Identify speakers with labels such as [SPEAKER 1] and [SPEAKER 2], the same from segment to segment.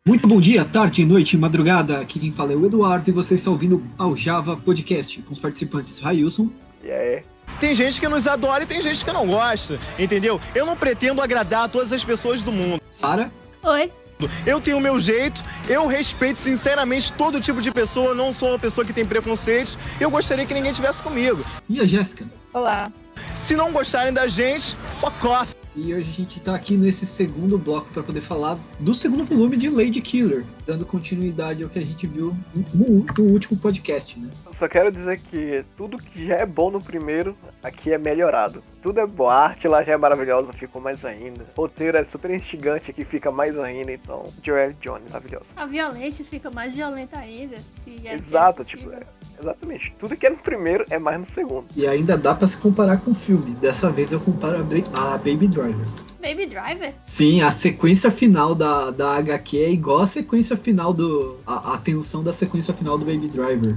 [SPEAKER 1] Muito bom dia, tarde, noite, madrugada. Aqui quem fala é o Eduardo e você está ouvindo ao Java Podcast com os participantes Railson.
[SPEAKER 2] E aí?
[SPEAKER 3] Tem gente que nos adora e tem gente que não gosta, entendeu? Eu não pretendo agradar a todas as pessoas do mundo.
[SPEAKER 1] Sara.
[SPEAKER 4] Oi.
[SPEAKER 3] Eu tenho o meu jeito, eu respeito sinceramente todo tipo de pessoa, eu não sou uma pessoa que tem preconceitos, eu gostaria que ninguém tivesse comigo.
[SPEAKER 1] E a Jéssica.
[SPEAKER 4] Olá.
[SPEAKER 3] Se não gostarem da gente, fuck off.
[SPEAKER 1] E hoje a gente tá aqui nesse segundo bloco para poder falar do segundo volume de Lady Killer, dando continuidade ao que a gente viu no último podcast, né?
[SPEAKER 2] Eu só quero dizer que tudo que já é bom no primeiro, aqui é melhorado. Tudo é bom, a arte lá já é maravilhosa, ficou mais ainda. O roteiro é super instigante, aqui fica mais ainda, então Joelle Jones, maravilhosa.
[SPEAKER 4] A violência fica mais violenta ainda, se é
[SPEAKER 2] Exato,
[SPEAKER 4] possível.
[SPEAKER 2] exatamente. Tudo que é no primeiro é mais no segundo.
[SPEAKER 1] E ainda dá para se comparar com o filme. Dessa vez eu comparo a Baby Driver.
[SPEAKER 4] Baby Driver?
[SPEAKER 1] Sim, a sequência final da HQ é igual a sequência final a tensão da sequência final do Baby Driver.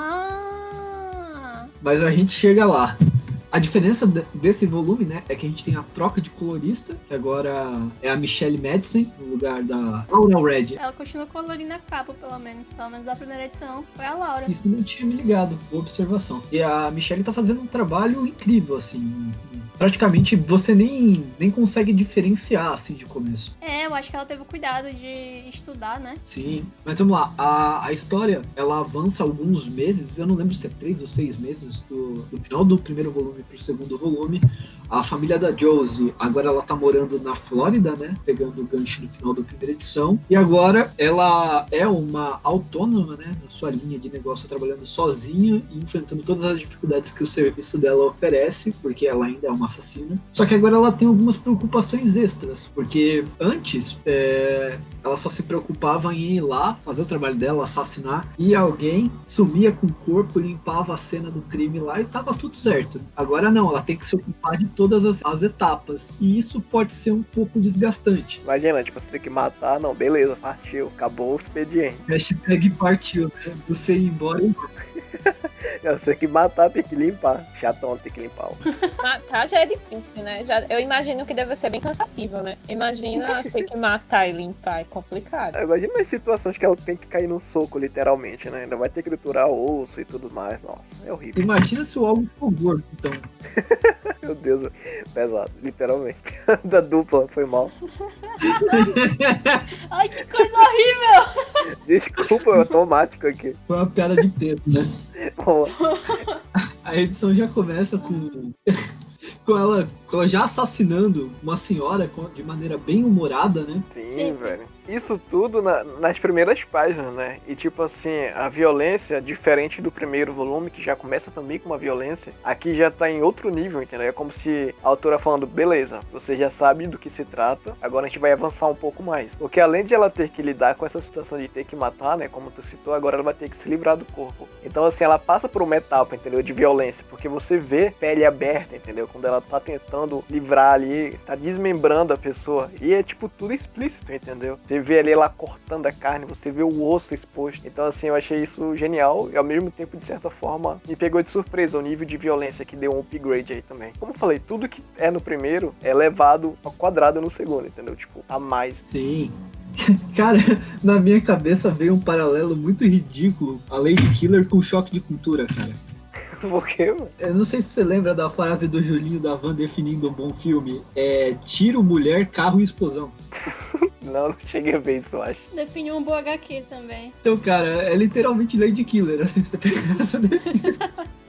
[SPEAKER 4] Ah!
[SPEAKER 1] Mas a gente chega lá. A diferença desse volume, né, é que a gente tem a troca de colorista, que agora é a Michelle Madsen, no lugar da Laura Red.
[SPEAKER 4] Ela continua colorindo a capa, pelo menos da primeira edição. Foi a Laura.
[SPEAKER 1] Isso não tinha me ligado, boa observação. E a Michelle tá fazendo um trabalho incrível, assim. Praticamente você nem consegue diferenciar, assim, de começo.
[SPEAKER 4] É, eu acho que ela teve o cuidado de estudar, né?
[SPEAKER 1] Sim, mas vamos lá, a história, ela avança alguns meses, eu não lembro se é 3 ou 6 meses, do final do primeiro volume pro segundo volume. A família da Josie, agora ela tá morando na Flórida, né, pegando o gancho no final da primeira edição, e agora ela é uma autônoma, né, na sua linha de negócio, trabalhando sozinha e enfrentando todas as dificuldades que o serviço dela oferece, porque ela ainda é uma assassina. Só que agora ela tem algumas preocupações extras, porque antes ela só se preocupava em ir lá, fazer o trabalho dela, assassinar, e alguém sumia com o corpo, limpava a cena do crime lá e tava tudo certo. Agora não, ela tem que se ocupar de todas as etapas, e isso pode ser um pouco desgastante.
[SPEAKER 2] Imagina, tipo, você tem que matar, não, beleza, partiu, acabou o expediente.
[SPEAKER 1] Hashtag partiu, né? Você ir embora e
[SPEAKER 2] Você tem que matar, tem que limpar. Chatão, tem que limpar.
[SPEAKER 5] Matar já é difícil, né? Eu imagino que deve ser bem cansativo, né? Imagina ter que matar e limpar, é complicado.
[SPEAKER 2] Imagina as situações que ela tem que cair no soco, literalmente, né? Ainda vai ter que triturar o osso e tudo mais. Nossa, é horrível.
[SPEAKER 1] imagina se o algo for gordo, então.
[SPEAKER 2] Meu Deus, pesado, literalmente. Da dupla, foi mal.
[SPEAKER 4] Ai, que coisa horrível!
[SPEAKER 2] Desculpa, é automático aqui.
[SPEAKER 1] Foi uma piada de peso, né?
[SPEAKER 2] Bom,
[SPEAKER 1] A edição já começa com ela já assassinando uma senhora de maneira bem humorada, né?
[SPEAKER 2] sim, velho. Isso tudo nas primeiras páginas, né? E tipo assim, a violência, diferente do primeiro volume, que já começa também com uma violência, aqui já tá em outro nível, entendeu? É como se a autora falando, beleza, você já sabe do que se trata, agora a gente vai avançar um pouco mais. Porque além de ela ter que lidar com essa situação de ter que matar, né? Como tu citou, agora ela vai ter que se livrar do corpo. Então assim, ela passa por uma etapa, entendeu? De violência, porque você vê pele aberta, entendeu? Quando ela tá tentando livrar ali, tá desmembrando a pessoa. E é tipo tudo explícito, entendeu? Você vê ali ela cortando a carne, você vê o osso exposto. Então assim, eu achei isso genial e ao mesmo tempo, de certa forma, me pegou de surpresa o nível de violência que deu um upgrade aí também. Como eu falei, tudo que é no primeiro é levado ao quadrado no segundo, entendeu? Tipo, a mais.
[SPEAKER 1] Sim. Cara, na minha cabeça veio um paralelo muito ridículo, a Lady Killer com Choque de Cultura, cara.
[SPEAKER 2] Por quê, mano?
[SPEAKER 1] Eu não sei se você lembra da frase do Julinho da Van definindo um bom filme. É tiro, mulher, carro e explosão.
[SPEAKER 2] Não cheguei a ver isso, eu acho.
[SPEAKER 4] Definiu um bom HQ também.
[SPEAKER 1] Então, cara, é literalmente Lady Killer, assim, você pega essa definição.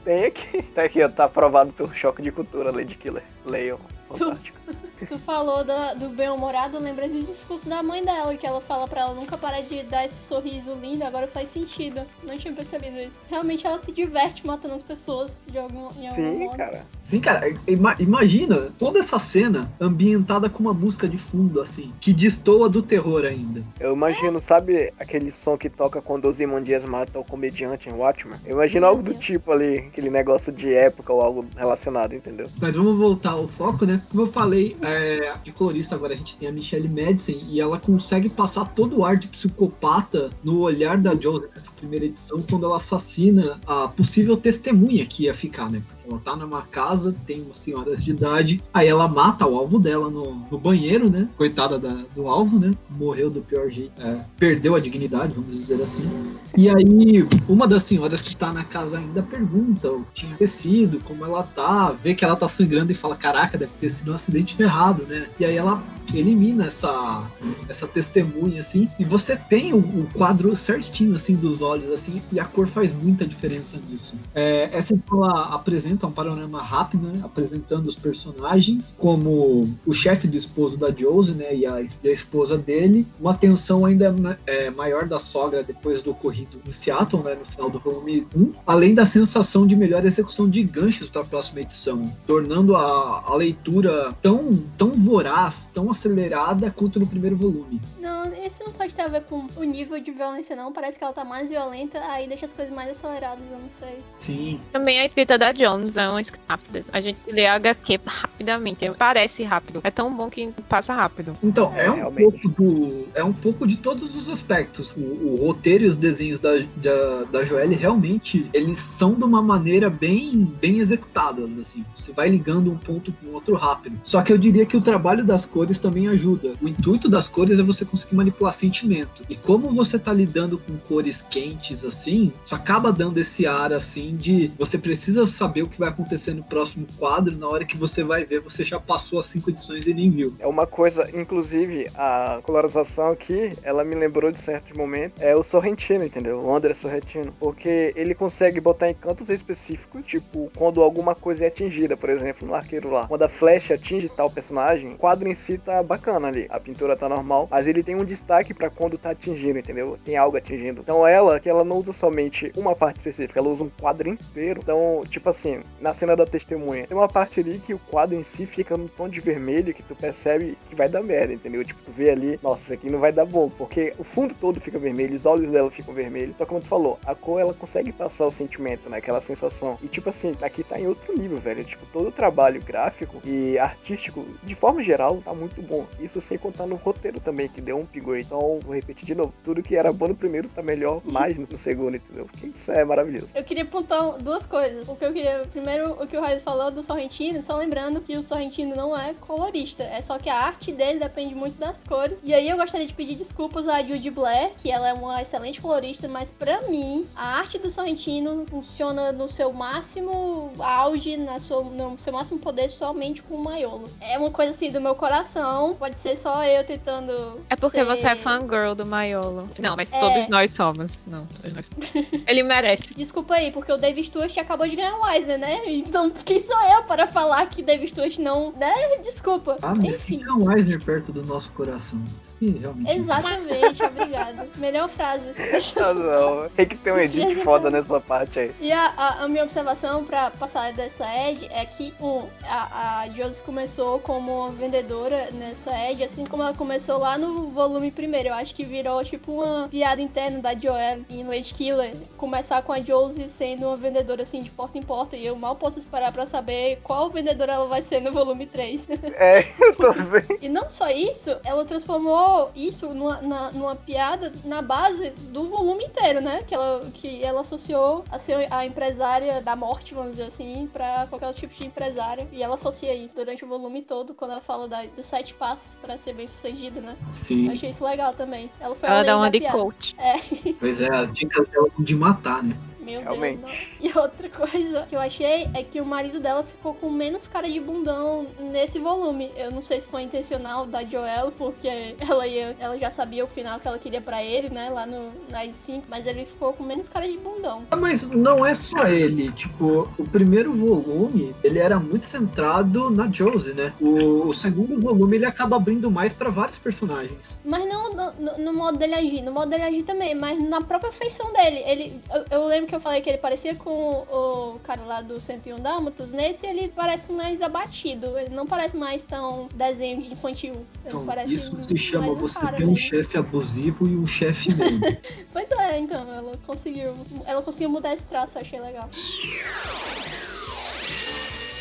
[SPEAKER 2] Tá aqui, ó, tá aprovado pelo Choque de Cultura, Lady Killer. Leiam, fantástico.
[SPEAKER 4] Tu falou do bem-humorado, eu lembrei do discurso da mãe dela, que ela fala pra ela nunca parar de dar esse sorriso lindo, agora faz sentido. Não tinha percebido isso. Realmente ela se diverte matando as pessoas em algum
[SPEAKER 2] Sim,
[SPEAKER 4] modo.
[SPEAKER 2] cara.
[SPEAKER 1] Sim, cara, imagina toda essa cena ambientada com uma música de fundo, assim, que destoa do terror ainda.
[SPEAKER 2] Eu imagino, sabe aquele som que toca quando os Ozymandias matam o comediante em Watchmen? Eu imagino algo do tipo ali, aquele negócio de época ou algo relacionado, entendeu?
[SPEAKER 1] Mas vamos voltar ao foco, né? Como eu falei, de colorista agora a gente tem a Michelle Madsen e ela consegue passar todo o ar de psicopata no olhar da Josie nessa primeira edição, quando ela assassina a possível testemunha que ia ficar, né? Ela tá numa casa, tem umas senhoras de idade, aí ela mata o alvo dela no banheiro, né? Coitada do alvo, né? Morreu do pior jeito. Perdeu a dignidade, vamos dizer assim. E aí, uma das senhoras que tá na casa ainda pergunta o que tinha acontecido, como ela tá, vê que ela tá sangrando e fala, caraca, deve ter sido um acidente ferrado, né? E aí ela elimina essa testemunha, assim, e você tem o quadro certinho, assim, dos olhos, assim, e a cor faz muita diferença nisso. Essa então, ela apresenta um panorama rápido, né, apresentando os personagens, como o chefe do esposo da Josie, né, e a esposa dele, uma tensão ainda maior da sogra depois do ocorrido em Seattle, né, no final do volume 1, além da sensação de melhor execução de ganchos para a próxima edição, tornando a leitura tão voraz, tão acelerada quanto no primeiro volume.
[SPEAKER 4] Não, isso não pode ter a ver com o nível de violência, não. Parece que ela tá mais violenta, aí deixa as coisas mais aceleradas, eu não sei.
[SPEAKER 1] Sim.
[SPEAKER 5] Também a escrita da Jones é uma escrita rápida. A gente lê a HQ rapidamente. Parece rápido. É tão bom que passa rápido.
[SPEAKER 1] Então, é um pouco de todos os aspectos. O roteiro e os desenhos da Joelle realmente, eles são de uma maneira bem executadas, assim. Você vai ligando um ponto com o outro rápido. Só que eu diria que o trabalho das cores também ajuda. O intuito das cores é você conseguir manipular sentimento. E como você tá lidando com cores quentes, assim, isso acaba dando esse ar, assim, de você precisa saber o que vai acontecer no próximo quadro, na hora que você vai ver, você já passou as 5 edições e nem viu.
[SPEAKER 2] É uma coisa, inclusive, a colorização aqui, ela me lembrou de certos momentos, é o Sorrentino, entendeu? O André Sorrentino. Porque ele consegue botar em cantos específicos, tipo, quando alguma coisa é atingida, por exemplo, no arqueiro lá. Quando a flecha atinge tal personagem, o quadro em si tá bacana ali. A pintura tá normal, mas ele tem um destaque pra quando tá atingindo, entendeu? Tem algo atingindo. Então ela não usa somente uma parte específica, ela usa um quadro inteiro. Então, tipo assim, na cena da testemunha, tem uma parte ali que o quadro em si fica num tom de vermelho que tu percebe que vai dar merda, entendeu? Tipo, tu vê ali, nossa, isso aqui não vai dar bom, porque o fundo todo fica vermelho, os olhos dela ficam vermelhos. Só como tu falou, a cor, ela consegue passar o sentimento, né? Aquela sensação. E tipo assim, aqui tá em outro nível, velho. Tipo, todo o trabalho gráfico e artístico, de forma geral, tá muito bom. Isso sem contar no roteiro também, que deu um upgrade. Então, vou repetir de novo, tudo que era bom no primeiro tá melhor mais no segundo, entendeu? Porque isso é maravilhoso.
[SPEAKER 4] Eu queria apontar duas coisas. O que eu queria, primeiro, o que o Raio falou do Sorrentino, só lembrando que o Sorrentino não é colorista, é só que a arte dele depende muito das cores. E aí eu gostaria de pedir desculpas à Judy Blair, que ela é uma excelente colorista, mas pra mim, a arte do Sorrentino funciona no seu máximo auge, no seu máximo poder, somente com o Maiolo. É uma coisa assim do meu coração, pode ser só eu tentando.
[SPEAKER 5] É porque você é fangirl do Maiolo. Não, mas todos nós somos. Não, todos nós somos. Ele merece.
[SPEAKER 4] Desculpa aí, porque o David Stewart acabou de ganhar um Eisner, né? Então, quem sou eu para falar que David Stewart não... né? Desculpa.
[SPEAKER 1] Mas
[SPEAKER 4] enfim.
[SPEAKER 1] fica um Eisner perto do nosso coração. Realmente.
[SPEAKER 4] Exatamente, obrigada. Melhor frase.
[SPEAKER 2] Não. Tem que ter um edit foda nessa parte aí.
[SPEAKER 4] E a minha observação pra passar dessa Ed é que a Josie começou como uma vendedora nessa Ed, assim como ela começou lá no volume primeiro. Eu acho que virou tipo uma piada interna da Joelle em Lady Killer. Começar com a Josie sendo uma vendedora assim de porta em porta. E eu mal posso esperar pra saber qual vendedora ela vai ser no volume 3.
[SPEAKER 2] Eu tô vendo.
[SPEAKER 4] E não só isso, ela transformou isso numa piada na base do volume inteiro, né? Que ela associou a ser a empresária da morte, vamos dizer assim, pra qualquer tipo de empresária. E ela associa isso durante o volume todo, quando ela fala dos 7 passos pra ser bem sucedida, né?
[SPEAKER 1] Sim.
[SPEAKER 4] Eu achei isso legal também.
[SPEAKER 5] Ela dá uma de coach.
[SPEAKER 1] Pois é, as dicas dela de matar, né?
[SPEAKER 4] Meu
[SPEAKER 2] Realmente.
[SPEAKER 4] Deus, não. E outra coisa que eu achei é que o marido dela ficou com menos cara de bundão nesse volume. Eu não sei se foi intencional da Joelle, porque ela já sabia o final que ela queria pra ele, né, lá na Ed 5, mas ele ficou com menos cara de bundão.
[SPEAKER 1] Mas não é só ele, tipo, o primeiro volume, ele era muito centrado na Josie, né? O segundo volume, ele acaba abrindo mais pra vários personagens.
[SPEAKER 4] Mas não no modo dele agir, no modo dele agir também, mas na própria feição dele. Eu lembro que eu falei que ele parecia com o cara lá do 101 Dálmatas. Nesse ele parece mais abatido. Ele não parece mais tão desenho de infantil.
[SPEAKER 1] Então, isso se chama você ter um chefe abusivo e um chefe mesmo.
[SPEAKER 4] Pois é, então, ela conseguiu mudar esse traço, eu achei legal.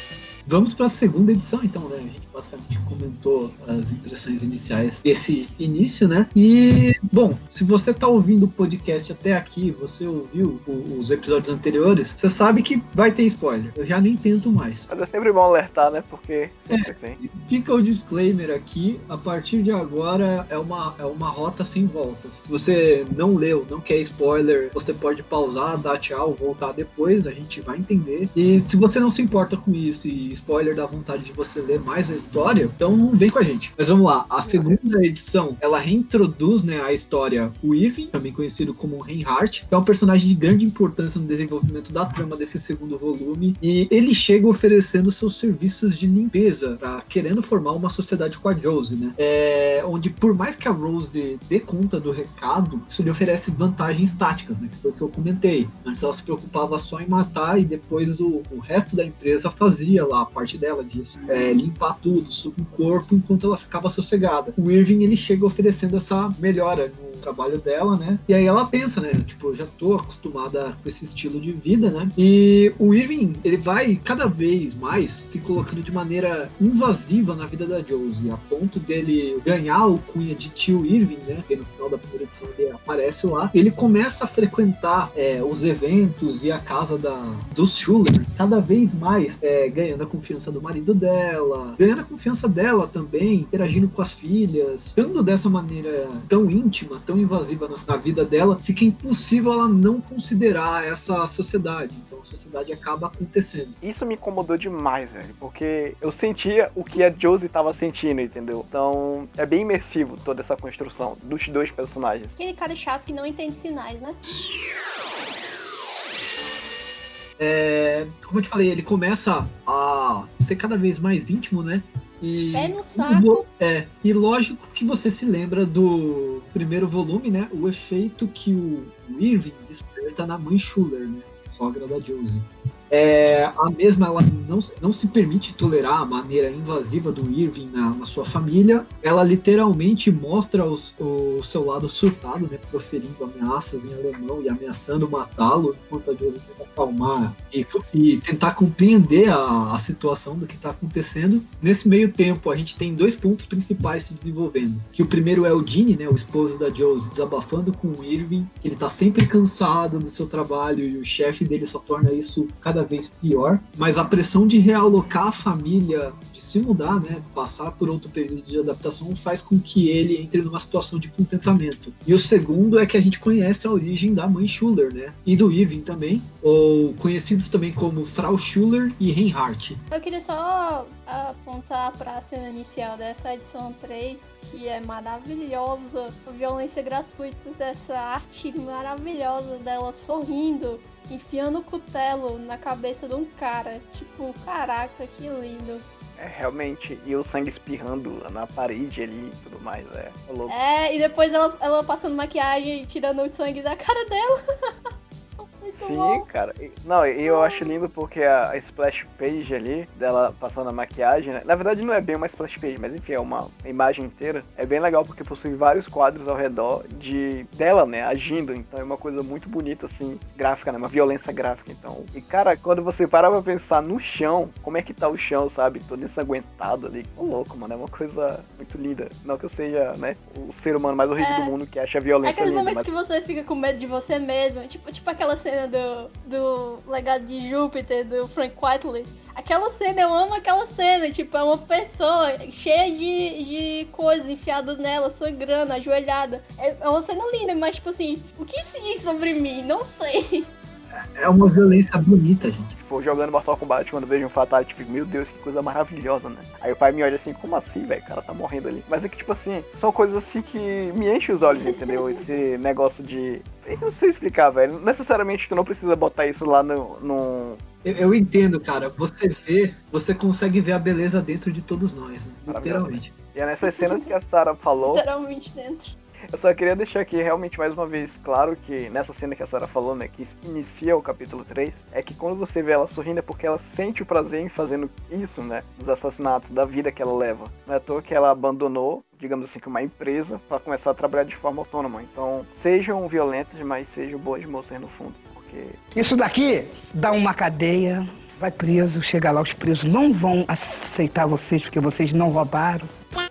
[SPEAKER 1] vamos para a segunda edição, então, né? A gente basicamente comentou as impressões iniciais desse início, né? E, bom, se você tá ouvindo o podcast até aqui, você ouviu os episódios anteriores, você sabe que vai ter spoiler. Eu já nem tento mais.
[SPEAKER 2] Mas é sempre bom alertar, né? Porque sempre tem.
[SPEAKER 1] Fica o disclaimer aqui, a partir de agora é uma rota sem voltas. Se você não leu, não quer spoiler, você pode pausar, dar tchau, voltar depois, a gente vai entender. E se você não se importa com isso e spoiler dá vontade de você ler mais a história, então vem com a gente. Mas vamos lá, a segunda edição, ela reintroduz, né, a história o Irving, também conhecido como Reinhardt, que é um personagem de grande importância no desenvolvimento da trama desse segundo volume, e ele chega oferecendo seus serviços de limpeza, querendo formar uma sociedade com a Josie, né? Onde por mais que a Rose dê conta do recado, isso lhe oferece vantagens táticas, né? Que foi o que eu comentei. Antes ela se preocupava só em matar e depois o resto da empresa fazia lá a parte dela disso. Limpar tudo, subir o corpo, enquanto ela ficava sossegada. O Irving, ele chega oferecendo essa melhora no trabalho dela, né? E aí ela pensa, né? Tipo, eu já tô acostumada com esse estilo de vida, né? E o Irving, ele vai cada vez mais se colocando de maneira invasiva na vida da Josie, a ponto dele ganhar o cunha de tio Irving, né? Que no final da primeira edição ele aparece lá. Ele começa a frequentar os eventos e a casa dos Schuller, cada vez mais ganhando a confiança do marido dela, ganhando a confiança dela também, interagindo com as filhas, estando dessa maneira tão íntima, tão invasiva na vida dela, fica impossível ela não considerar essa sociedade. Então a sociedade acaba acontecendo.
[SPEAKER 2] Isso me incomodou demais, velho, porque eu sentia o que a Josie tava sentindo, entendeu? Então é bem imersivo toda essa construção dos dois personagens.
[SPEAKER 4] Aquele cara chato que não entende sinais, né?
[SPEAKER 1] Como eu te falei, ele começa a ser cada vez mais íntimo, né?
[SPEAKER 4] Pé no saco.
[SPEAKER 1] E lógico que você se lembra do primeiro volume, né? O efeito que o Irving desperta na mãe Schuller, né? Sogra da Josie. A mesma, ela não se permite tolerar a maneira invasiva do Irving na sua família. Ela literalmente mostra o seu lado surtado, né, proferindo ameaças em alemão e ameaçando matá-lo, enquanto a Josie tenta acalmar e tentar compreender a situação do que está acontecendo. Nesse meio tempo, a gente tem dois pontos principais se desenvolvendo. Que o primeiro é o Gene, né, o esposo da Josie, desabafando com o Irving, que ele está sempre cansado do seu trabalho e o chefe dele só torna isso cada vez pior, mas a pressão de realocar a família, de se mudar, né, passar por outro período de adaptação, faz com que ele entre numa situação de contentamento. E o segundo é que a gente conhece a origem da mãe Schuller, né, e do Irving também, ou conhecidos também como Frau Schuller e Reinhardt.
[SPEAKER 4] Eu queria só apontar para a cena inicial dessa edição 3, que é maravilhosa, a violência gratuita dessa arte maravilhosa dela sorrindo, enfiando o cutelo na cabeça de um cara. Tipo, caraca, que lindo.
[SPEAKER 2] Realmente, e o sangue espirrando na parede ali e tudo mais, louco.
[SPEAKER 4] E depois ela passando maquiagem e tirando o sangue da cara dela. Muito
[SPEAKER 2] Sim,
[SPEAKER 4] bom.
[SPEAKER 2] cara. Não, e eu acho lindo porque a splash page ali, dela passando a maquiagem, né? Na verdade não é bem uma splash page, mas enfim, é uma imagem inteira. É bem legal porque possui vários quadros ao redor dela, né, agindo. Então é uma coisa muito bonita, assim, gráfica, né? Uma violência gráfica, então. E, cara, quando você para pra pensar no chão, como é que tá o chão, sabe? Todo ensanguentado ali. Ô, louco, mano, é uma coisa muito linda. Não que eu seja, né, o ser humano mais horrível do mundo que acha a violência
[SPEAKER 4] Aqueles
[SPEAKER 2] linda,
[SPEAKER 4] momentos
[SPEAKER 2] mas...
[SPEAKER 4] que você fica com medo de você mesmo, tipo aquela cena do Legado de Júpiter, do Frank Whiteley. Aquela cena, eu amo aquela cena, tipo, é uma pessoa cheia de coisas enfiadas nela, sangrando, ajoelhada. É uma cena linda, mas tipo assim, o que se diz sobre mim? Não sei.
[SPEAKER 1] É uma violência bonita, gente.
[SPEAKER 2] Tipo, jogando Mortal Kombat, quando vejo um Fatality, fico, meu Deus, que coisa maravilhosa, né? Aí o pai me olha assim, como assim, velho? O cara tá morrendo ali. Mas é que, tipo assim, são coisas assim que me enchem os olhos, entendeu? Esse negócio de... Eu não sei explicar, velho. Necessariamente tu não precisa botar isso lá no...
[SPEAKER 1] Eu entendo, cara. Você consegue ver a beleza dentro de todos nós, né? Literalmente.
[SPEAKER 2] E é nessas cenas que a Sarah falou...
[SPEAKER 4] Literalmente dentro.
[SPEAKER 2] Eu só queria deixar aqui realmente mais uma vez claro que nessa cena que a Sarah falou, né, que inicia o capítulo 3, é que quando você vê ela sorrindo é porque ela sente o prazer em fazendo isso, né, nos assassinatos, da vida que ela leva. Não é à toa que ela abandonou, digamos assim, que uma empresa para começar a trabalhar de forma autônoma. Então, sejam violentas, mas sejam boas moças no fundo, porque...
[SPEAKER 6] Isso daqui dá uma cadeia Vai preso, chega lá, os presos não vão aceitar vocês porque vocês não roubaram.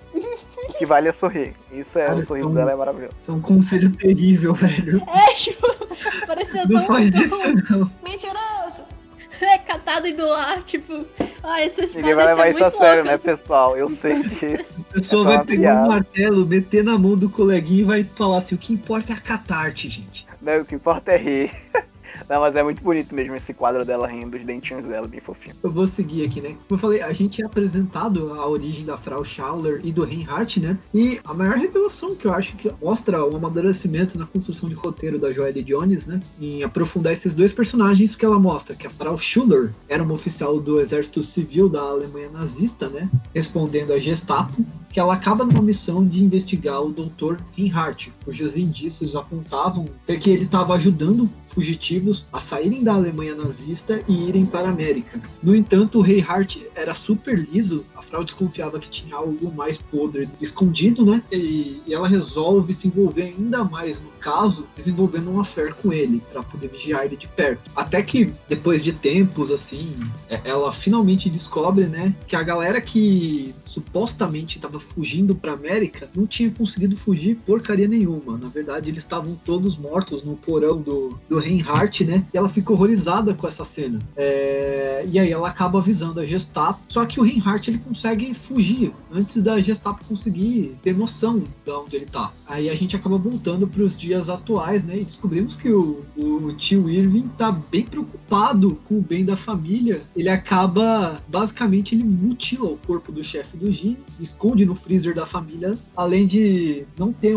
[SPEAKER 2] Que vale a sorrir. Isso é,
[SPEAKER 1] Cara,
[SPEAKER 2] o sorriso dela é maravilhoso.
[SPEAKER 1] Isso é um conselho terrível, velho.
[SPEAKER 4] Tipo, pareceu
[SPEAKER 1] Não
[SPEAKER 4] tão...
[SPEAKER 1] faz isso, não.
[SPEAKER 4] Mentiroso! Catado e do ar, tipo... esses
[SPEAKER 2] Ninguém vai levar isso a sério, né,
[SPEAKER 4] loucos.
[SPEAKER 2] pessoal? Eu sei que...
[SPEAKER 1] A pessoa
[SPEAKER 2] É
[SPEAKER 1] vai
[SPEAKER 2] uma
[SPEAKER 1] pegar
[SPEAKER 2] piada.
[SPEAKER 1] um martelo, meter na mão do coleguinha e vai falar assim, o que importa é a catarte, gente.
[SPEAKER 2] Né, o que importa é rir. Não, mas é muito bonito mesmo esse quadro dela rindo, os dentinhos dela, bem fofinho.
[SPEAKER 1] Eu vou seguir aqui, né? Como eu falei, a gente é apresentado a origem da Frau Schaller e do Reinhardt, né? E a maior revelação que eu acho que mostra o amadurecimento na construção de roteiro da Joelle Jones, né? Em aprofundar esses dois personagens que ela mostra, que a Frau Schuller era uma oficial do exército civil da Alemanha nazista, né? Respondendo à Gestapo, que ela acaba numa missão de investigar o Dr. Reinhardt, cujos indícios apontavam ser que ele estava ajudando fugitivos a saírem da Alemanha nazista e irem para a América. No entanto, o Reinhardt era super liso, a Frau desconfiava que tinha algo mais podre escondido, né? E ela resolve se envolver ainda mais no caso, desenvolvendo um affair com ele, para poder vigiar ele de perto. Até que, depois de tempos, assim, ela finalmente descobre, né, que a galera que supostamente estava fugindo para América não tinha conseguido fugir porcaria nenhuma. Na verdade, eles estavam todos mortos no porão do Reinhardt, né? E ela fica horrorizada com essa cena. E aí ela acaba avisando a Gestapo. Só que o Reinhardt, ele consegue fugir antes da Gestapo conseguir ter noção de onde ele tá. Aí a gente acaba voltando para os dias atuais, né? E descobrimos que o tio Irving tá bem preocupado com o bem da família. Ele acaba, basicamente, ele mutila o corpo do chefe do Gene, esconde no freezer da família, além de não ter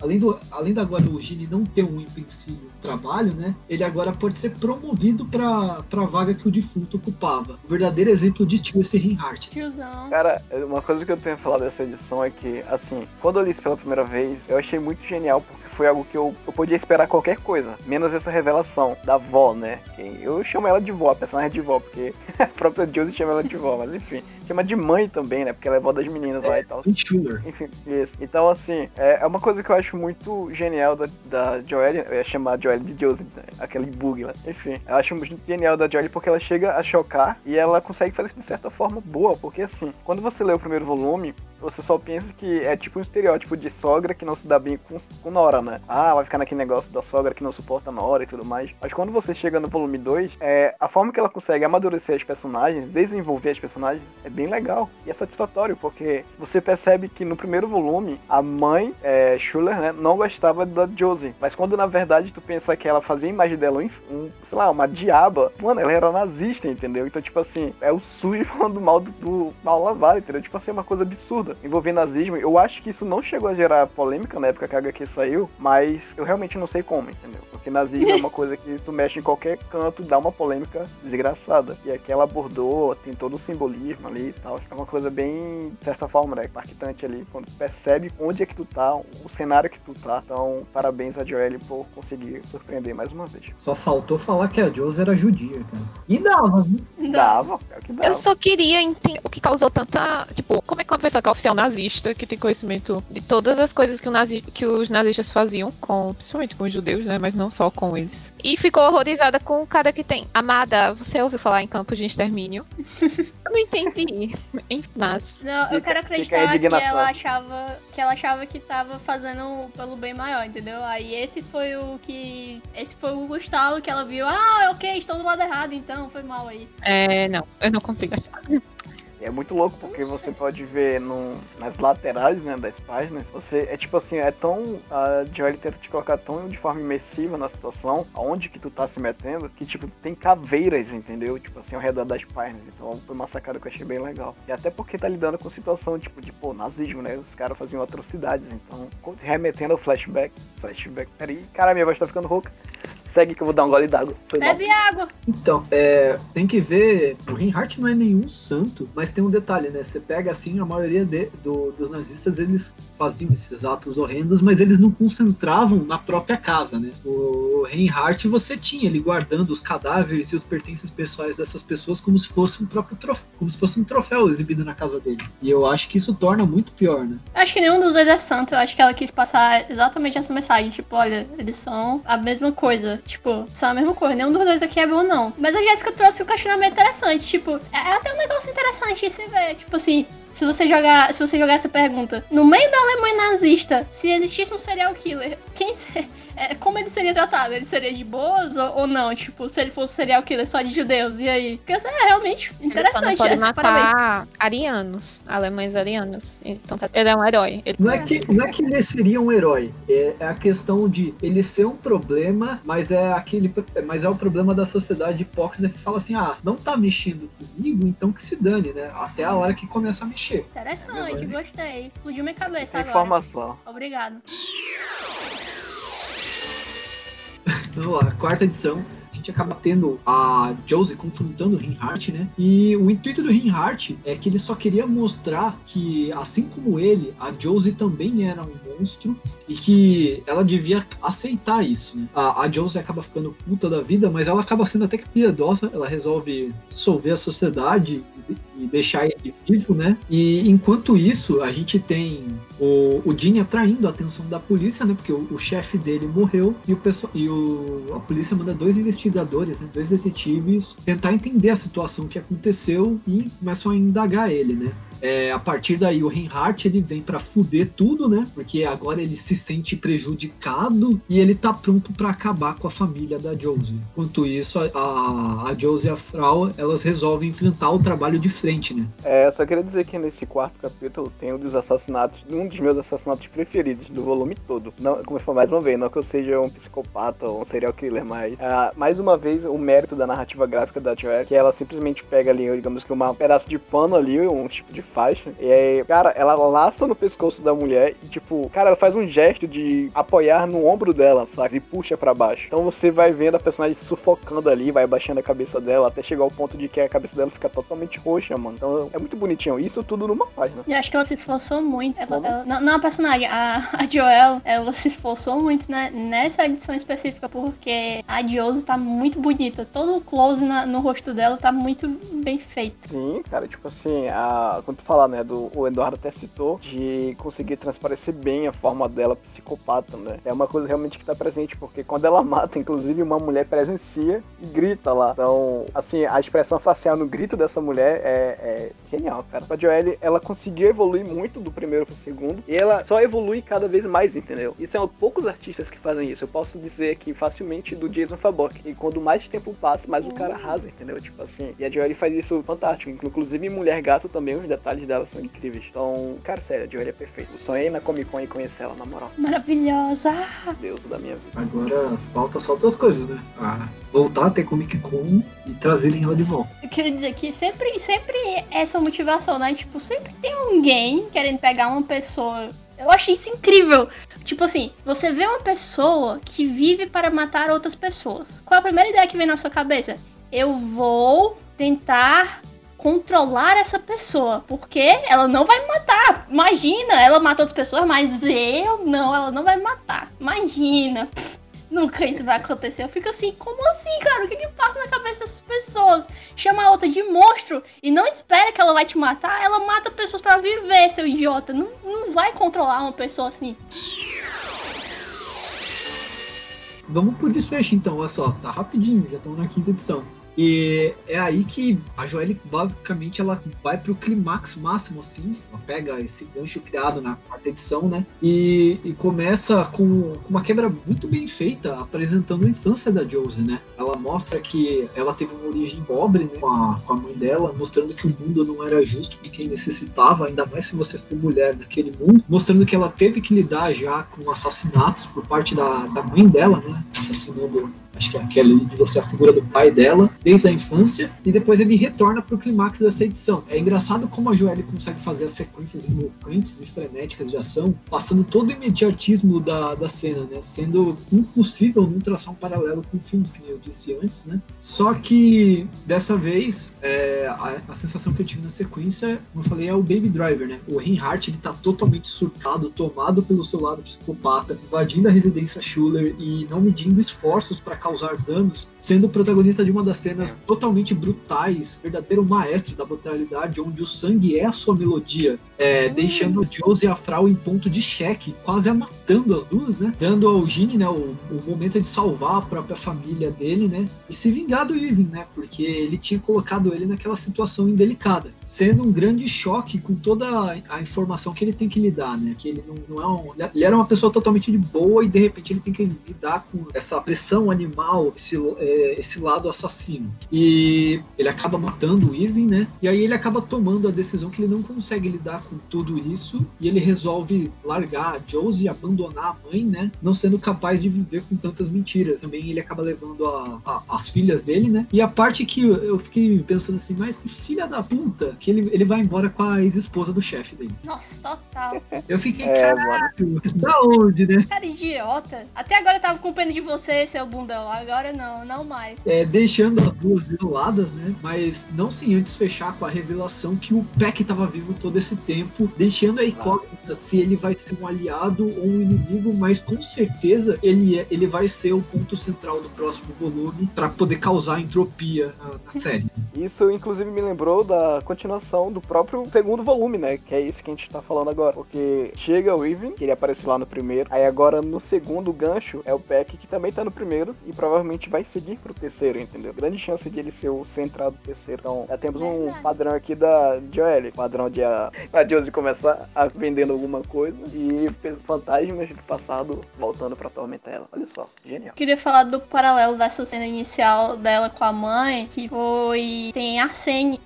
[SPEAKER 1] além da agora o Gene não ter um empecilho no trabalho, né? Ele agora pode ser promovido para a vaga que o defunto ocupava. O verdadeiro exemplo de tio é esse Reinhardt.
[SPEAKER 4] Tiozão.
[SPEAKER 2] Cara, uma coisa que eu tenho falado dessa edição é que, assim, quando eu li isso pela primeira vez, eu achei muito genial, porque foi algo que eu podia esperar qualquer coisa, menos essa revelação da vó, né? Eu chamo ela de vó, a personagem de vó, porque a própria Josie chama ela de vó, mas enfim. Chama de mãe também, né? Porque ela é vó das meninas lá e tal.
[SPEAKER 1] Schuller.
[SPEAKER 2] Enfim, isso. Então, assim, é uma coisa que eu acho muito genial da Joelle. Eu ia chamar a Joelle de Josie, né? Aquele bug lá. Enfim, eu acho muito genial da Joelle porque ela chega a chocar e ela consegue fazer isso de certa forma boa. Porque, assim, quando você lê o primeiro volume, você só pensa que é tipo um estereótipo de sogra que não se dá bem com Nora, né? Vai ficar naquele negócio da sogra que não suporta Nora e tudo mais. Mas quando você chega no volume 2, a forma que ela consegue amadurecer as personagens, desenvolver as personagens, é bem legal e é satisfatório, porque você percebe que no primeiro volume a mãe, Schuller, né, não gostava da Josie, mas quando na verdade tu pensa que ela fazia a imagem dela sei lá, uma diaba, mano, ela era nazista, entendeu? Então, tipo assim, é o sujo falando mal do mal lavado, entendeu? Tipo assim, é uma coisa absurda envolvendo nazismo. Eu acho que isso não chegou a gerar polêmica na época que a HQ saiu, mas eu realmente não sei como, entendeu? Porque nazismo é uma coisa que tu mexe em qualquer canto, dá uma polêmica desgraçada. E aqui ela abordou, tem todo o simbolismo ali e tal. É uma coisa bem, de certa forma, né, impactante ali, quando tu percebe onde é que tu tá, o cenário que tu tá. Então, parabéns a Joelle por conseguir surpreender mais uma vez.
[SPEAKER 1] Só faltou falar que a Josie era judia, cara. E dava, viu?
[SPEAKER 2] Dava, é o que dava.
[SPEAKER 5] Eu só queria entender o que causou tanta... Tipo, como é que uma pessoa que é oficial nazista, que tem conhecimento de todas as coisas que os nazistas faziam, principalmente com os judeus, né? Mas não só com eles. E ficou horrorizada com o cara que tem... Amada, você ouviu falar em campos de extermínio? Eu não entendi. Mas...
[SPEAKER 4] Não, eu quero acreditar que ela achava que tava fazendo pelo bem maior, entendeu? Aí esse foi o Gustavo que ela viu. Ok, estou do lado errado, então foi mal aí.
[SPEAKER 5] Não, eu não consigo achar.
[SPEAKER 2] É muito louco, porque você pode ver nas laterais, né, das páginas, é tipo assim, a Joelle tenta te colocar tão de forma imersiva na situação, aonde que tu tá se metendo, que tipo, tem caveiras, entendeu? Tipo assim, ao redor das páginas. Então foi uma sacada que eu achei bem legal. E até porque tá lidando com situação, tipo, de nazismo, né? Os caras faziam atrocidades, então, remetendo ao flashback. Peraí, cara, minha voz tá ficando rouca. Segue que eu vou dar um gole d'água.
[SPEAKER 4] Bebe água!
[SPEAKER 1] Então, tem que ver, o Reinhardt não é nenhum santo, mas tem um detalhe, né? Você pega assim, a maioria dos nazistas, eles faziam esses atos horrendos, mas eles não concentravam na própria casa, né? O Reinhardt, você tinha ele guardando os cadáveres e os pertences pessoais dessas pessoas como se fosse um próprio troféu, como se fosse um troféu exibido na casa dele. E eu acho que isso torna muito pior, né?
[SPEAKER 4] Eu acho que nenhum dos dois é santo, eu acho que ela quis passar exatamente essa mensagem, tipo, olha, eles são a mesma coisa. Tipo, são a mesma coisa. Nenhum dos dois aqui é bom, não. Mas a Jéssica trouxe um questionamento interessante. Tipo, é até um negócio interessante de se ver. Tipo assim, se você jogar essa pergunta, no meio da Alemanha nazista, se existisse um serial killer, como ele seria tratado? Ele seria de boas ou não? Tipo, se ele fosse um serial killer só de judeus, e aí? Porque é realmente interessante.
[SPEAKER 5] Ele só não pode matar arianos, alemães arianos. Então ele é um herói.
[SPEAKER 1] Não é que ele seria um herói. É a questão de ele ser um problema, mas é o problema da sociedade hipócrita que fala assim, não tá mexendo comigo, então que se dane, né? Até a hora que começa a mexer.
[SPEAKER 4] Interessante, gostei. Explodiu minha cabeça agora.
[SPEAKER 2] Informação.
[SPEAKER 4] Obrigado.
[SPEAKER 1] Vamos lá, quarta edição. A gente acaba tendo a Josie confrontando o Reinhardt, né? E o intuito do Reinhardt é que ele só queria mostrar que, assim como ele, a Josie também era um monstro e que ela devia aceitar isso, né? A Josie acaba ficando puta da vida, mas ela acaba sendo até que piedosa. Ela resolve dissolver a sociedade e deixar ele vivo, né? E enquanto isso, a gente tem o Dean atraindo a atenção da polícia, né? Porque o chefe dele morreu e a polícia manda 2 investigadores, né? 2 detetives tentar entender a situação que aconteceu e começam a indagar ele, né? A partir daí o Reinhardt ele vem pra fuder tudo, né? Porque agora ele se sente prejudicado e ele tá pronto pra acabar com a família da Josie. Enquanto isso, a Josie e a Frau, elas resolvem enfrentar o trabalho de frente, né?
[SPEAKER 2] Só queria dizer que nesse quarto capítulo tem um dos meus assassinatos preferidos do volume todo. Não, como eu falei mais uma vez, não que eu seja um psicopata ou um serial killer, mas mais uma vez o mérito da narrativa gráfica da Joelle, que ela simplesmente pega ali, digamos que um pedaço de pano ali, um tipo de faixa, e aí, cara, ela laça no pescoço da mulher e, tipo, cara, ela faz um gesto de apoiar no ombro dela, sabe? E puxa pra baixo. Então você vai vendo a personagem sufocando ali, vai baixando a cabeça dela, até chegar ao ponto de que a cabeça dela fica totalmente roxa, mano. Então é muito bonitinho. Isso tudo numa página.
[SPEAKER 4] Eu acho que ela se esforçou muito. Não a personagem, a Joelle, ela se esforçou muito, né, nessa edição específica, porque a Josie tá muito bonita. Todo o close no rosto dela tá muito bem feito.
[SPEAKER 2] Sim, cara, tipo assim, quando tu falar, né, o Eduardo até citou, de conseguir transparecer bem a forma dela psicopata, né? É uma coisa realmente que tá presente, porque quando ela mata, inclusive, uma mulher presencia e grita lá. Então, assim, a expressão facial no grito dessa mulher é genial, cara. A Joelle, ela conseguiu evoluir muito do primeiro pro segundo, e ela só evolui cada vez mais, entendeu? Isso é poucos artistas que fazem isso. Eu posso dizer aqui facilmente do Jason Fabok. E quando mais tempo passa, mais o cara arrasa, entendeu? Tipo assim, e a Joelle faz isso fantástico. Inclusive em Mulher Gato também, os detalhes dela são incríveis. Então, cara, sério, a Joelle é perfeita. Eu sonhei na Comic Con e conhecer ela, na moral.
[SPEAKER 4] Maravilhosa!
[SPEAKER 2] Deus da minha vida.
[SPEAKER 1] Agora falta só 2 coisas, né? Voltar a ter Comic Con e trazerem ela de volta.
[SPEAKER 4] Eu queria dizer que sempre essa motivação, né? Tipo, sempre tem alguém querendo pegar uma pessoa. Eu achei isso incrível. Tipo assim, você vê uma pessoa que vive para matar outras pessoas. Qual é a primeira ideia que vem na sua cabeça? Eu vou tentar controlar essa pessoa, porque ela não vai me matar. Imagina, ela mata outras pessoas, mas ela não vai me matar. Imagina. Nunca isso vai acontecer. Eu fico assim, como assim, cara? O que passa na cabeça dessas pessoas? Chama a outra de monstro e não espera que ela vai te matar. Ela mata pessoas pra viver, seu idiota. Não vai controlar uma pessoa assim.
[SPEAKER 1] Vamos por desfecho então, olha só. Tá rapidinho, já estamos na 5ª edição. E é aí que a Joelle, basicamente, ela vai pro clímax máximo, assim. Ela pega esse gancho criado na 4ª edição, né? E começa com uma quebra muito bem feita, apresentando a infância da Josie, né? Ela mostra que ela teve uma origem pobre, né, com a mãe dela, mostrando que o mundo não era justo de quem necessitava, ainda mais se você for mulher naquele mundo. Mostrando que ela teve que lidar já com assassinatos por parte da mãe dela, né? Assassinando... Acho que aquela ali devia ser a figura do pai dela, desde a infância, e depois ele retorna pro clímax dessa edição. É engraçado como a Joelle consegue fazer as sequências envolventes e frenéticas de ação, passando todo o imediatismo da cena, né? Sendo impossível não traçar um paralelo com filmes, que nem eu disse antes, né? Só que, dessa vez, a sensação que eu tive na sequência, como eu falei, é o Baby Driver, né? O Reinhardt, ele tá totalmente surtado, tomado pelo seu lado psicopata, invadindo a residência Schuller e não medindo esforços para causar danos, sendo o protagonista de uma das cenas totalmente brutais, verdadeiro maestro da brutalidade, onde o sangue é a sua melodia, deixando a Josie e a Frau em ponto de cheque, quase a matando as duas, né? Dando ao Ginny, né, o momento de salvar a própria família dele, né? E se vingar do Irving, né? Porque ele tinha colocado ele naquela situação indelicada, sendo um grande choque com toda a informação que ele tem que lidar, né? Que ele não é ele era uma pessoa totalmente de boa e de repente ele tem que lidar com essa pressão animal, esse lado assassino. E ele acaba matando o Irving, né? E aí ele acaba tomando a decisão que ele não consegue lidar com tudo isso e ele resolve largar a Josie e abandonar a mãe, né? Não sendo capaz de viver com tantas mentiras. Também ele acaba levando as filhas dele, né? E a parte que eu fiquei pensando assim, mas que filha da puta, que ele vai embora com a ex-esposa do chefe dele.
[SPEAKER 4] Nossa, total.
[SPEAKER 1] Eu fiquei, caralho, da onde, né?
[SPEAKER 4] Cara, idiota. Até agora eu tava com pena de você, seu bundão. Agora não mais.
[SPEAKER 1] Deixando as duas isoladas, né? Mas não sem antes fechar com a revelação que o Peck tava vivo todo esse tempo, deixando a incógnita se ele vai ser um aliado ou um inimigo, mas com certeza ele vai ser o ponto central do próximo volume para poder causar entropia na série.
[SPEAKER 2] Isso, inclusive, me lembrou da continuação do próprio segundo volume, né? Que é esse que a gente tá falando agora. Porque chega o Irving, que ele apareceu lá no primeiro. Aí agora, no segundo gancho, é o Peck, que também tá no primeiro. E provavelmente vai seguir pro terceiro, entendeu? Grande chance de ele ser o central do terceiro. Então, já temos um padrão aqui da Joelle. Padrão de a Josie começar a vendendo alguma coisa. E fantasmas do passado voltando pra atormentar ela. Olha só, genial.
[SPEAKER 4] Queria falar do paralelo dessa cena inicial dela com a mãe, que foi... Tem arsênio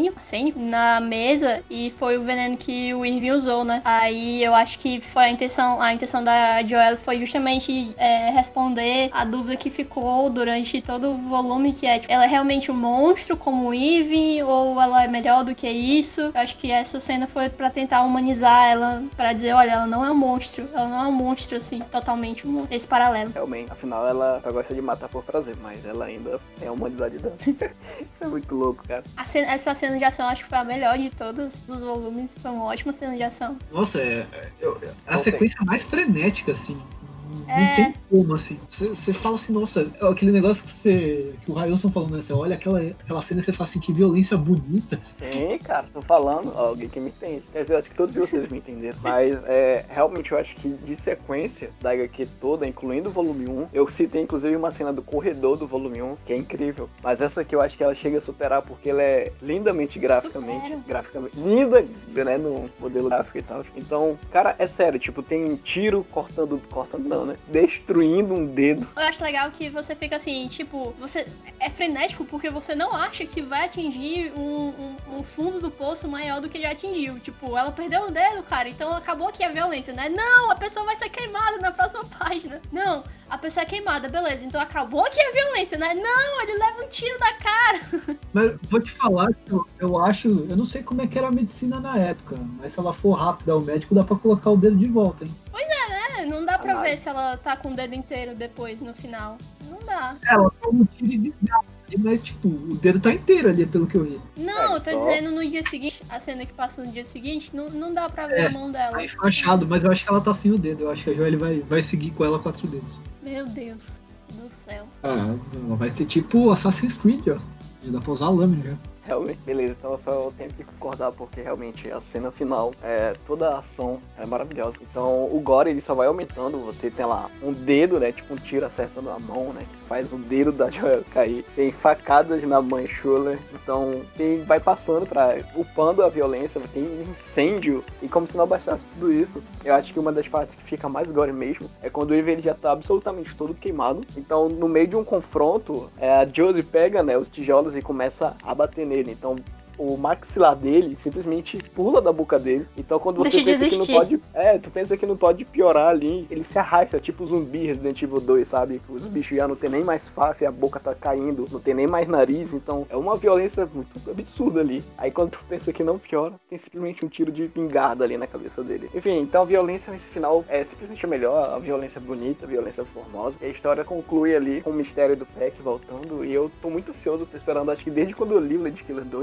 [SPEAKER 4] na mesa e foi o veneno que o Irving usou, né? Aí eu acho que foi a intenção da Joelle foi justamente responder a dúvida que ficou durante todo o volume, que é, tipo, ela é realmente um monstro como o Irving ou ela é melhor do que isso? Eu acho que essa cena foi pra tentar humanizar ela, pra dizer, olha, ela não é um monstro, assim, totalmente esse paralelo.
[SPEAKER 2] Realmente, afinal ela só gosta de matar por prazer, mas ela ainda é a humanidade dela. Isso é muito louco, cara.
[SPEAKER 4] Essa cena de ação acho que foi a melhor de todos os volumes, foi uma ótima cena de ação.
[SPEAKER 1] Nossa, a sequência mais frenética, assim. Não tem como, assim. Você fala assim, nossa, aquele negócio que o Railson falou, né? Você olha aquela cena e você fala assim, que violência bonita.
[SPEAKER 2] Sim, cara, tô falando, alguém que me entende. Quer dizer, acho que todos vocês me entenderam. Mas, realmente, eu acho que de sequência da HQ toda, incluindo o volume 1, eu citei, inclusive, uma cena do corredor do volume 1, que é incrível. Mas essa aqui eu acho que ela chega a superar, porque ela é lindamente graficamente linda, né, no modelo gráfico e tal. Então, cara, é sério, tipo, tem tiro cortando não, né? Destruindo um dedo.
[SPEAKER 4] Eu acho legal que você fica assim, tipo, você é frenético porque você não acha que vai atingir um fundo do poço maior do que já atingiu. Tipo, ela perdeu o dedo, cara, então acabou aqui a violência, né? Não, a pessoa vai ser queimada na próxima página. Não, a pessoa é queimada, beleza, então acabou aqui a violência, né? Não, ele leva um tiro na cara.
[SPEAKER 1] Mas vou te falar que eu não sei como é que era a medicina na época, mas se ela for rápida ao médico, dá pra colocar o dedo de volta, hein?
[SPEAKER 4] Pois é, né? Não dá pra ver se ela tá com o dedo inteiro depois, no final. Não dá.
[SPEAKER 1] Ela toma um tiro e desgasta, mas tipo, o dedo tá inteiro ali, pelo que eu vi.
[SPEAKER 4] Não, eu tô dizendo no dia seguinte, a cena que passa no dia seguinte, não dá pra ver a mão dela.
[SPEAKER 1] Tá enfaixado, mas eu acho que ela tá sem o dedo. Eu acho que a Joelle vai seguir com ela 4 dedos.
[SPEAKER 4] Meu Deus do céu.
[SPEAKER 1] Ela vai ser tipo Assassin's Creed, ó. Já dá pra usar a lâmina já.
[SPEAKER 2] Realmente, beleza, então eu só tenho que concordar porque realmente a cena final, toda a ação é maravilhosa. Então o gore ele só vai aumentando, você tem lá um dedo, né, tipo um tiro acertando a mão, né, que faz o dedo da Joelle cair. Tem facadas na mãe Schuller, então vai passando upando a violência, tem incêndio. E como se não bastasse tudo isso, eu acho que uma das partes que fica mais gore mesmo é quando o Irving ele já tá absolutamente todo queimado. Então no meio de um confronto, a Josie pega, né, os tijolos e começa a bater nele. Então o maxilar dele simplesmente pula da boca dele. Então quando você pensa que não pode... tu pensa que não pode piorar ali, ele se arrasta, tipo zumbi Resident Evil 2, sabe? Os bichos já não tem nem mais face, a boca tá caindo, não tem nem mais nariz, então é uma violência muito absurda ali. Aí quando tu pensa que não piora, tem simplesmente um tiro de pingarda ali na cabeça dele. Enfim, então a violência nesse final é simplesmente a melhor, a violência bonita, a violência formosa. E a história conclui ali com o mistério do Peck voltando, e eu tô muito ansioso, tô esperando, acho que desde quando eu li o Lady Killer 2, pelo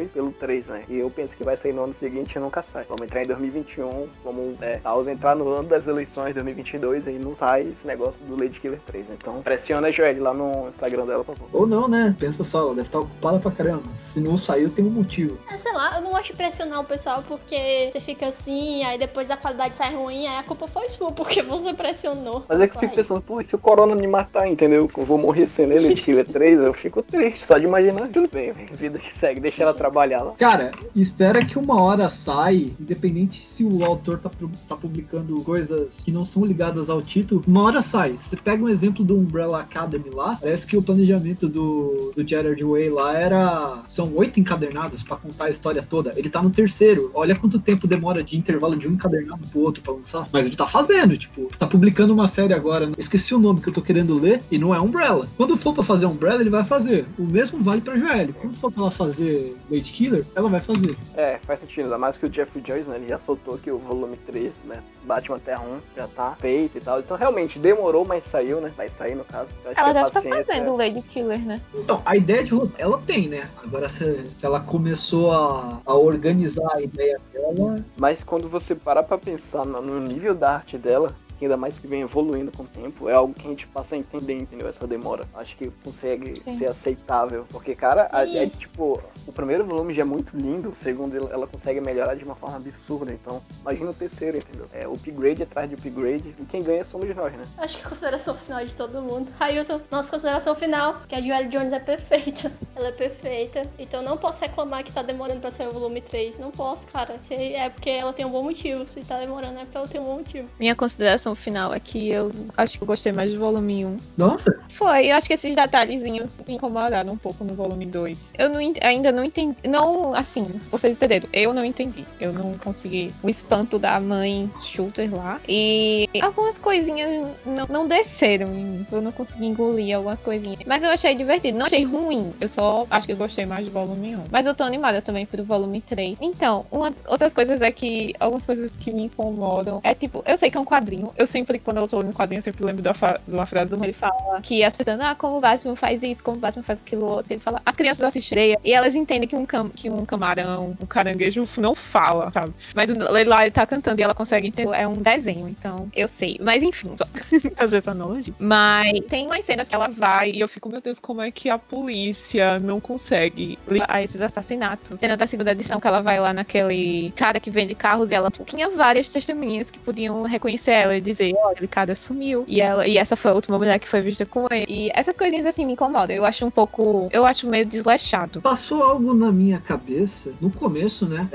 [SPEAKER 2] 3, né? E eu penso que vai sair no ano seguinte e nunca sai. Vamos entrar em 2021, vamos entrar no ano das eleições 2022 e não sai esse negócio do Lady Killer 3. Então pressiona a Joelle lá no Instagram dela, por favor.
[SPEAKER 1] Ou não, né? Pensa só, ela deve estar ocupada pra caramba. Se não saiu, tem um motivo.
[SPEAKER 4] Sei lá, eu não gosto de pressionar o pessoal porque você fica assim, aí depois a qualidade sai ruim, aí a culpa foi sua porque você pressionou.
[SPEAKER 2] Mas é que eu fico pensando, pô, e se o Corona me matar, entendeu? Eu vou morrer sem ele, Lady Killer 3, eu fico triste, só de imaginar. Tudo bem, vida que segue, deixa ela trabalhar lá.
[SPEAKER 1] Cara, espera que uma hora sai, independente se o autor tá publicando coisas que não são ligadas ao título, uma hora sai. Você pega um exemplo do Umbrella Academy lá, parece que o planejamento do Gerard Way lá são 8 encadernados pra contar a história toda. Ele tá no terceiro. Olha quanto tempo demora de intervalo de um encadernado pro outro pra lançar. Mas ele tá fazendo, tipo, tá publicando uma série agora, eu esqueci o nome que eu tô querendo ler, e não é Umbrella. Quando for pra fazer Umbrella, ele vai fazer. O mesmo vale pra Joelle. Quando for pra ela fazer Lady Killer, ela vai fazer.
[SPEAKER 2] Faz sentido, ainda mais que o Jeffrey Jones, né, ele já soltou que o volume 3, né, Batman Terra 1 já tá feito e tal. Então realmente demorou, mas saiu, né? Vai sair no caso.
[SPEAKER 5] Ela deve estar fazendo Lady Killer, né?
[SPEAKER 1] Então, a ideia de ela tem, né? Agora se ela começou a organizar a ideia dela.
[SPEAKER 2] Mas quando você parar pra pensar no nível da arte dela, que ainda mais que vem evoluindo com o tempo, é algo que a gente passa a entender, entendeu? Essa demora. Acho que consegue ser aceitável. Porque, cara, tipo, o primeiro volume já é muito lindo, o segundo ela consegue melhorar de uma forma absurda. Então, imagina o terceiro, entendeu? É upgrade atrás de upgrade, e quem ganha somos nós, né?
[SPEAKER 4] Acho que a consideração final de todo mundo. Railson, nossa consideração final, que a Joelle Jones é perfeita. Ela é perfeita. Então não posso reclamar que tá demorando pra sair o volume 3. Não posso, cara. É porque ela tem um bom motivo. Se tá demorando é porque ela tem um bom motivo.
[SPEAKER 5] Minha consideração final é que eu acho que eu gostei mais do volume 1.
[SPEAKER 1] Nossa!
[SPEAKER 5] Foi, eu acho que esses detalhezinhos me incomodaram um pouco no volume 2. Eu ainda não entendi. Não, assim, vocês entenderam. Eu não entendi. Eu não consegui o espanto da mãe Shooter lá. E algumas coisinhas não desceram em mim. Eu não consegui engolir algumas coisinhas. Mas eu achei divertido. Não achei ruim. Eu só acho que eu gostei mais do volume 1. Mas eu tô animada também pro volume 3. Então, outras coisas é que algumas coisas que me incomodam é tipo, eu sei que é um quadrinho. Eu sempre, quando eu tô no quadrinho, eu sempre lembro de uma frase do ele fala que as pessoas, como o Batman faz isso, como o Batman faz aquilo outro. Ele fala, as crianças assistem Freia e elas entendem que um camarão, um caranguejo não fala, sabe? Mas lá ele tá cantando e ela consegue entender, é um desenho, então eu sei. Mas enfim, só fazer essa analogia. Mas tem umas cenas que ela vai e eu fico, meu Deus, como é que a polícia não consegue lidar a esses assassinatos? Cena da segunda edição que ela vai lá naquele cara que vende carros e ela tinha várias testemunhas que podiam reconhecer ela e dizer, olha, o cara sumiu. E essa foi a última mulher que foi vista com ele. E essas coisinhas assim me incomodam. Eu acho meio desleixado.
[SPEAKER 1] Passou algo na minha cabeça, no começo, né?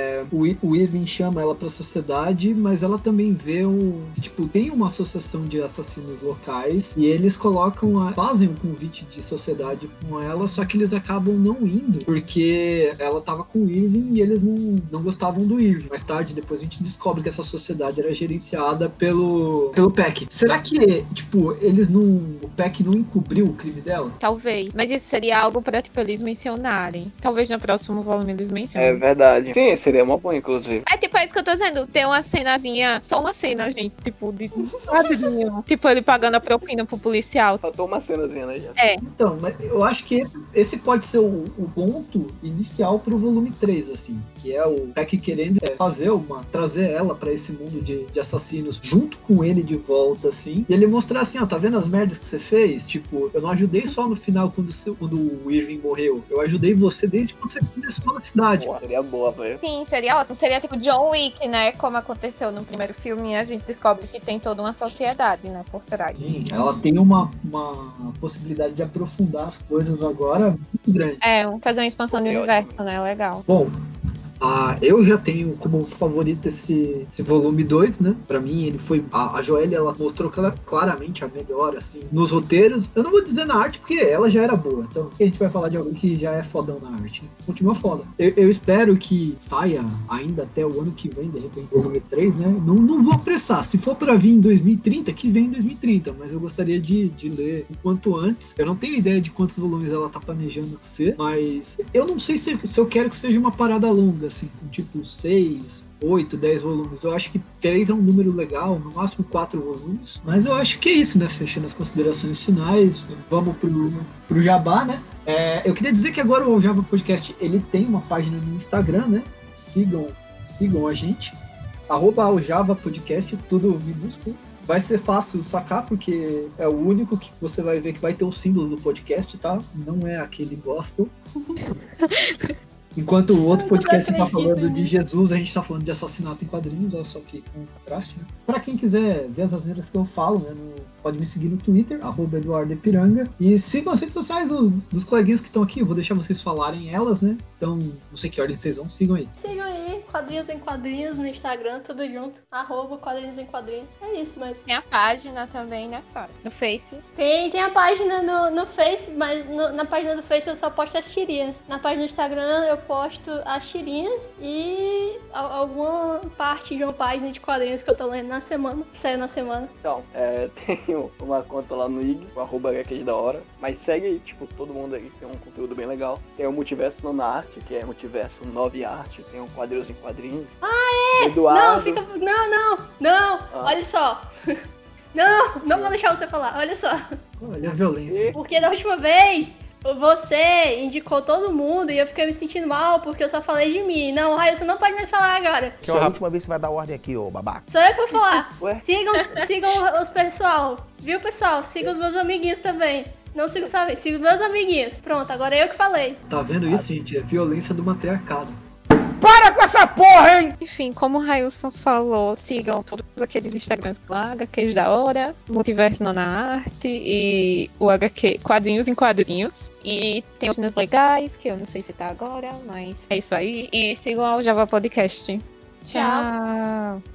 [SPEAKER 1] O Irving chama ela pra sociedade, mas ela também vê tem uma associação de assassinos locais e eles fazem um convite de sociedade com ela, só que eles acabam não indo, porque ela tava com o Irving e eles não gostavam do Irving. Mais tarde, depois a gente descobre que essa sociedade era gerenciada pelo Peck. Será que, o Peck não encobriu o crime dela?
[SPEAKER 5] Talvez. Mas isso seria algo pra, eles mencionarem. Talvez no próximo volume eles mencionem.
[SPEAKER 2] É verdade. Sim, seria uma boa, inclusive.
[SPEAKER 5] É isso que eu tô dizendo. Ter uma cenazinha, só uma cena, gente, de quadrinho. Ele pagando a propina pro policial.
[SPEAKER 2] Faltou uma cenazinha, né?
[SPEAKER 1] Então, mas eu acho que esse pode ser o ponto inicial pro volume 3, assim. Que é o Peck querendo trazer ela pra esse mundo de assassinos junto com ele de volta, assim. E ele mostrar assim, tá vendo as merdas que você fez? Tipo, eu não ajudei só no final quando o Irving morreu. Eu ajudei você desde quando você começou na cidade.
[SPEAKER 2] Seria boa, velho.
[SPEAKER 5] Sim, seria ótimo. Seria tipo John Wick, né? Como aconteceu no primeiro filme, a gente descobre que tem toda uma sociedade, né? Por trás.
[SPEAKER 1] Sim, ela tem uma possibilidade de aprofundar as coisas agora muito grande.
[SPEAKER 5] Fazer uma expansão do universo, né? Legal.
[SPEAKER 1] Bom, eu já tenho como favorito esse volume 2, né? Pra mim, ele foi... A Joelle, ela mostrou claramente a melhora, assim, nos roteiros. Eu não vou dizer na arte, porque ela já era boa. Então, a gente vai falar de alguém que já é fodão na arte. Continua foda. Eu espero que saia ainda até o ano que vem, de repente, o volume 3, né? Não vou apressar. Se for pra vir em 2030, que vem em 2030. Mas eu gostaria de ler o quanto antes. Eu não tenho ideia de quantos volumes ela tá planejando ser, mas eu não sei se eu quero que seja uma parada longa, assim, com tipo 6 8, 10 volumes. Eu acho que 3 é um número legal, no máximo 4 volumes. Mas eu acho que é isso, né? Fechando as considerações finais, vamos pro Jabá, né? Eu queria dizer que agora o Java Podcast, ele tem uma página no Instagram, né? Sigam a gente. @o Java Podcast, tudo minúsculo. Vai ser fácil sacar, porque é o único que você vai ver que vai ter o símbolo do podcast, tá? Não é aquele gospel. Enquanto o outro podcast tá falando de Jesus, a gente tá falando de assassinato em quadrinhos, olha só que contraste, né? Pra quem quiser ver as asneiras que eu falo, né, pode me seguir no Twitter, @EduardoEpiranga, e sigam as redes sociais dos coleguinhas que estão aqui, eu vou deixar vocês falarem elas, né? Então, não sei que ordem vocês vão, sigam aí.
[SPEAKER 4] Sigam aí, Quadrinhos em Quadrinhos no Instagram, tudo junto, @Quadrinhos em Quadrinhos. É isso mesmo.
[SPEAKER 5] Tem a página também, né, Sara? No Face.
[SPEAKER 4] Tem a página no Face, mas na página do Face eu só posto as tirinhas. Na página do Instagram eu posto as tirinhas e alguma parte de uma página de quadrinhos que eu tô lendo na semana, que saiu na semana.
[SPEAKER 2] Então, tenho uma conta lá no IG, o @HQs da hora, mas segue aí, tipo, todo mundo aí, tem um conteúdo bem legal. Tem o Multiverso Nona Arte, que é Multiverso 9 Arte, tem o Quadrinhos em Quadrinhos. Eduardo.
[SPEAKER 4] Não, olha só. Não vou deixar você falar, olha só.
[SPEAKER 1] Olha a violência.
[SPEAKER 4] Porque da última vez você indicou todo mundo e eu fiquei me sentindo mal porque eu só falei de mim. Não, Raio, você não pode mais falar agora.
[SPEAKER 7] Que é a última vez que você vai dar ordem aqui, ô babaca.
[SPEAKER 4] Sou eu que vou falar.
[SPEAKER 2] Ué?
[SPEAKER 4] Sigam os pessoal. Viu, pessoal? Sigam os meus amiguinhos também. Não sigo só vez, sigo meus amiguinhos. Pronto, agora é eu que falei.
[SPEAKER 1] Tá vendo isso, gente? É violência do matriarcado.
[SPEAKER 6] Para com essa porra, hein?
[SPEAKER 5] Enfim, como o Railson falou, sigam todos aqueles Instagrams lá, HQs da hora, Multiverso Nona Arte e o HQ Quadrinhos em Quadrinhos. E tem páginas legais, que eu não sei se tá agora, mas é isso aí. E sigam ao Java Podcast. Tchau.